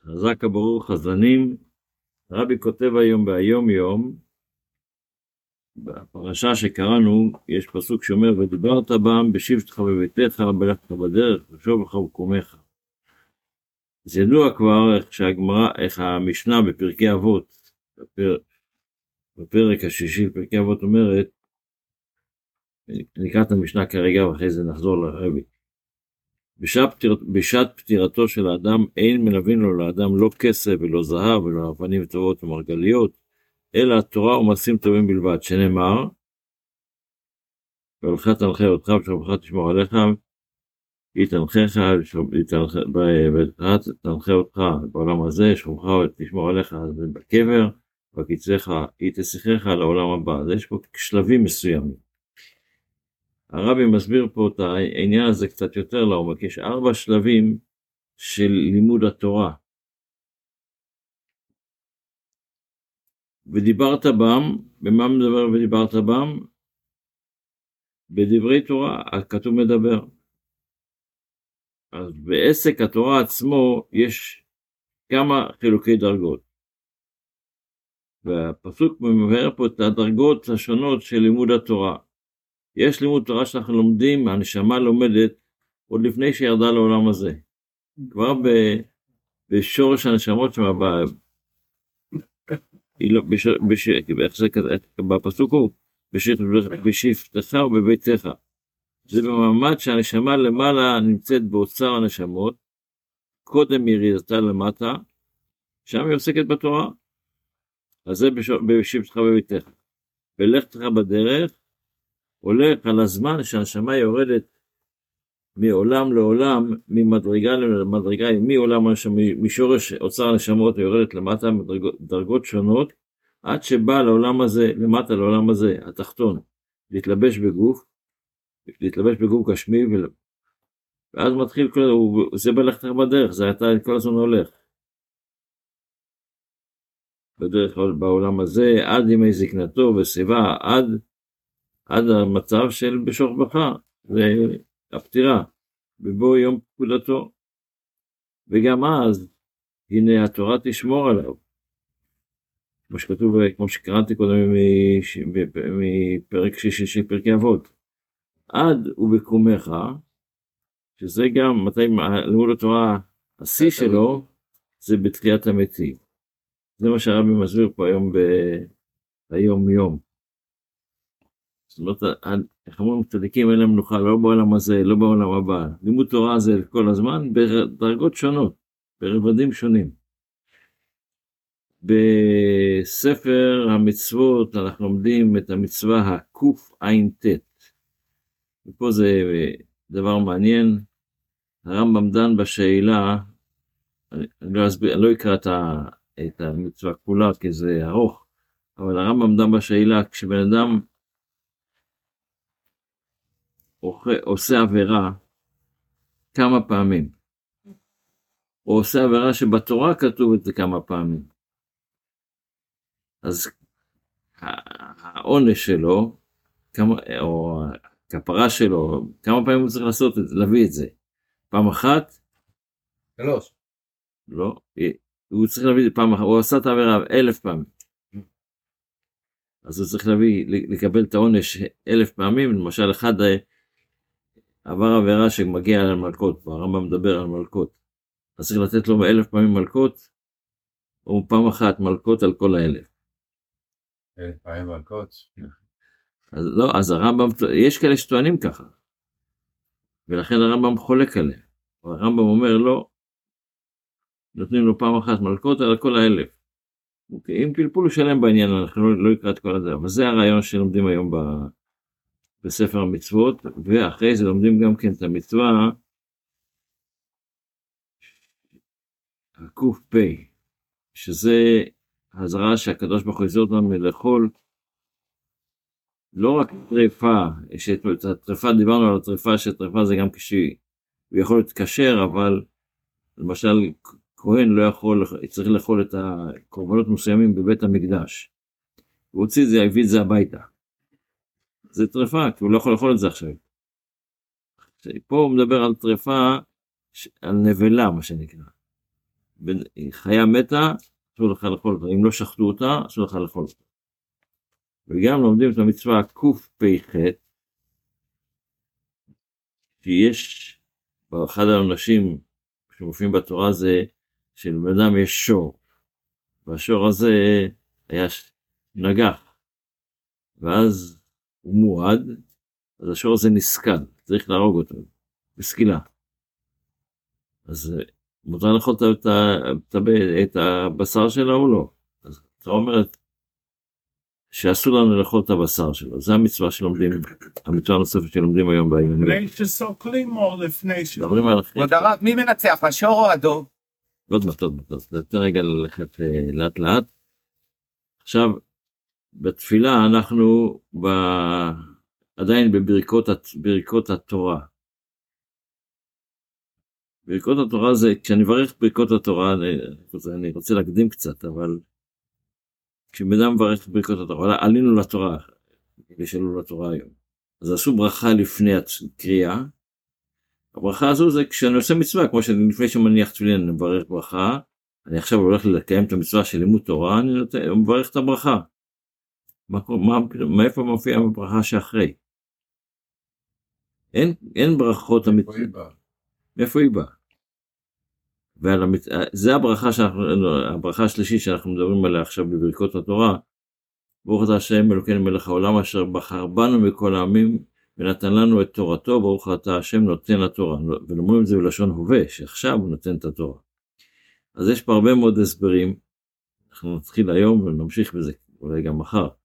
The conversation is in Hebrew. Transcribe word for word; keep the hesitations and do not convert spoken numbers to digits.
חזק הברור חזנים. רבי כותב היום ביום יום, בפרשה שקראנו, יש פסוק שאומר, ודיברת בם בשבתך בביתך, בלכתך בדרך, בשובך ובקומך. אז ידוע כבר איך שהגמרא, איך המשנה בפרקי אבות, בפר, בפרק השישי בפרקי אבות אומרת, נקרא את המשנה כרגע ואחרי זה נחזור לרבי. בשעת, פטיר, בשעת פטירתו של האדם אין מלווין לו לאדם לא כסף ולא זהב ולא אבנים טובות ומרגליות, אלא התורה ומעשים טובים בלבד, שנאמר, והולכה תנחה אותך ושלומך תשמור עליך, היא תנחה תנחה אותך בעולם הזה, שלומך תשמור עליך בקבר, וקיצך היא תשיחך לעולם הבא. אז יש פה שלבים מסוימים. הרבי מסביר פה את העניין הזה קצת יותר לעומק. יש ארבע שלבים של לימוד התורה. ודיברת בם, במה מדבר ודיברת בם? בדברי תורה, הכתוב מדבר. אז בעסק התורה עצמו יש כמה חילוקי דרגות. והפסוק מבאר פה את הדרגות השונות של לימוד התורה. יש לימוד תורה שאנחנו לומדים, הנשמה לומדת עוד לפני שירדה לעולם הזה. כבר ב, בשורש הנשמות שמה, ב, לא, בש, בש, בש, בפסוק הוא, בשבתך ובביתך. זה במעמד שהנשמה למעלה נמצאת באוצר הנשמות, קודם ירידתה למטה, שם היא עוסקת בתורה. אז זה בשבתך ובביתך. בלכתך בדרך, הולך על הזמן שהנשמה יורדת מעולם לעולם, ממדרגה למדרגה, מעולם משורש אוצר הנשמות יורדת למטה מדרגות שונות, עד שבא לעולם הזה, למטה לעולם הזה, התחתון, להתלבש בגוף, להתלבש בגוף גשמי, ואז מתחיל כל זה, זה בלכת בדרך, זה אתה כל הזמן הולך. בדרך בעולם הזה, עד ימי זקנתו ושיבה, עד עד המצב של בשוך בכה, זה הפטירה, בבוא יום פקודתו. וגם אז, הנה התורה תשמור עליו. כמו שכתוב, כמו שקראתי קודם מפרק שישי של פרקי אבות. עד ובקומך, שזה גם, מתי לימוד התורה, השיא שלו, זה בתחיית המתים. זה מה שהרבי מסביר פה היום ביום יום. זאת אומרת, איך אומרים, צדיקים אין להם מנוחה, לא בעולם הזה, לא בעולם הבא. לימוד תורה זה כל הזמן, בדרגות שונות, ברבדים שונים. בספר המצוות אנחנו לומדים את המצווה הקוף עין תת. ופה זה דבר מעניין. הרמב"ם דן בשאלה, אני לא, אסביר, אני לא אקרא את המצווה כולה כי זה ארוך, אבל הרמב"ם דן בשאלה, כשבן אדם עושה עבירה כמה פעמים, או עושה עבירה שבתורה כתוב את זה כמה פעמים, אז העונש שלו, כמה, או הכפרה שלו, כמה פעמים הוא צריך לעשות את זה, להביא את זה? פעם אחת? שלוש. לא, הוא צריך להביא את זה פעם אחת, הוא עשה את העבירה אלף פעמים. אז הוא צריך להביא, לקבל את העונש אלף פעמים, למשל אחד עבר עבירה שמגיע על מלכות, הרמב"ם מדבר על מלכות, אז צריך לתת לו אלף פעמים מלכות, או פעם אחת מלכות על כל האלף. אלף פעמים מלכות? אז לא, אז הרמב"ם, יש כאלה שטוענים ככה, ולכן הרמב"ם חולק עליהם, הרמב"ם אומר לא, נותנים לו פעם אחת מלכות על כל האלף. אוקיי, אם פלפול שלם בעניין, אנחנו לא, לא יקרא את כל הזה, אבל זה הרעיון שלומדים היום ב... בספר המצוות, ואחרי זה לומדים גם כן את המצווה הקוף פי, שזה הזרעה שהקדוש ברוך הוא יזור אותנו לאכול לא רק טריפה, שאת הטריפה, דיברנו על הטריפה, שטריפה זה גם כשהוא יכול להתקשר, אבל למשל כהן לא יכול, צריך לאכול את הקורבנות מסוימים בבית המקדש, הוא הוציא את זה, הביא את זה הביתה, זה טריפה, כי הוא לא יכול לאכול את זה עכשיו. פה הוא מדבר על טריפה, על נבלה, מה שנקרא. חיה מתה, אסור לך לאכול אותה, אם לא שחטו אותה, אסור לך לאכול אותה. וגם לומדים את המצווה קפ"ח, שיש באחד האנשים שמופיעים בתורה זה, שלבן אדם יש שור, והשור הזה היה נגח, ואז הוא מועד, אז השור הזה נסקל, צריך להרוג אותו, בסקילה. אז מותר לאכול את, את, את הבשר שלו או לא? אז אתה אומרת, שאסור לנו לאכול את הבשר שלו, זה המצווה שלומדים, המצווה הנוספת שלומדים היום ביום. לפני שסוקלים או לפני ש... מדברים על אחרי. כבוד הרב, מי מנצח, השור או הדוב? עוד מעט, עוד מעט, זה יותר רגע ללכת לאט לאט. עכשיו, בתפילה אנחנו ב... עדיין בברכות ברכות התורה. ברכות התורה זה, כשאני מברך ברכות התורה, אני, אני רוצה להקדים קצת, אבל כשבן מברך ברכות התורה, עלינו לתורה, ושאלו לתורה היום. אז עשו ברכה לפני הקריאה. הברכה הזו זה כשאני עושה מצווה, כמו שאני לפני שמניח תפילין, אני מברך ברכה, אני עכשיו הולך לקיים את המצווה של לימוד תורה, אני נותן, מברך את הברכה. מה, מה, מאיפה מופיע הברכה שאחרי? אין, אין ברכות מאיפה היא באה? מאיפה היא באה? והמצ... זה הברכה שאנחנו, הברכה השלישית שאנחנו מדברים עליה עכשיו בברכות התורה. ברוך אתה השם אלוקינו מלך העולם אשר בחר בנו מכל העמים ונתן לנו את תורתו, ברוך אתה השם נותן התורה. ולומרים את זה בלשון הווה, שעכשיו הוא נותן את התורה. אז יש פה הרבה מאוד הסברים, אנחנו נתחיל היום ונמשיך בזה אולי גם מחר.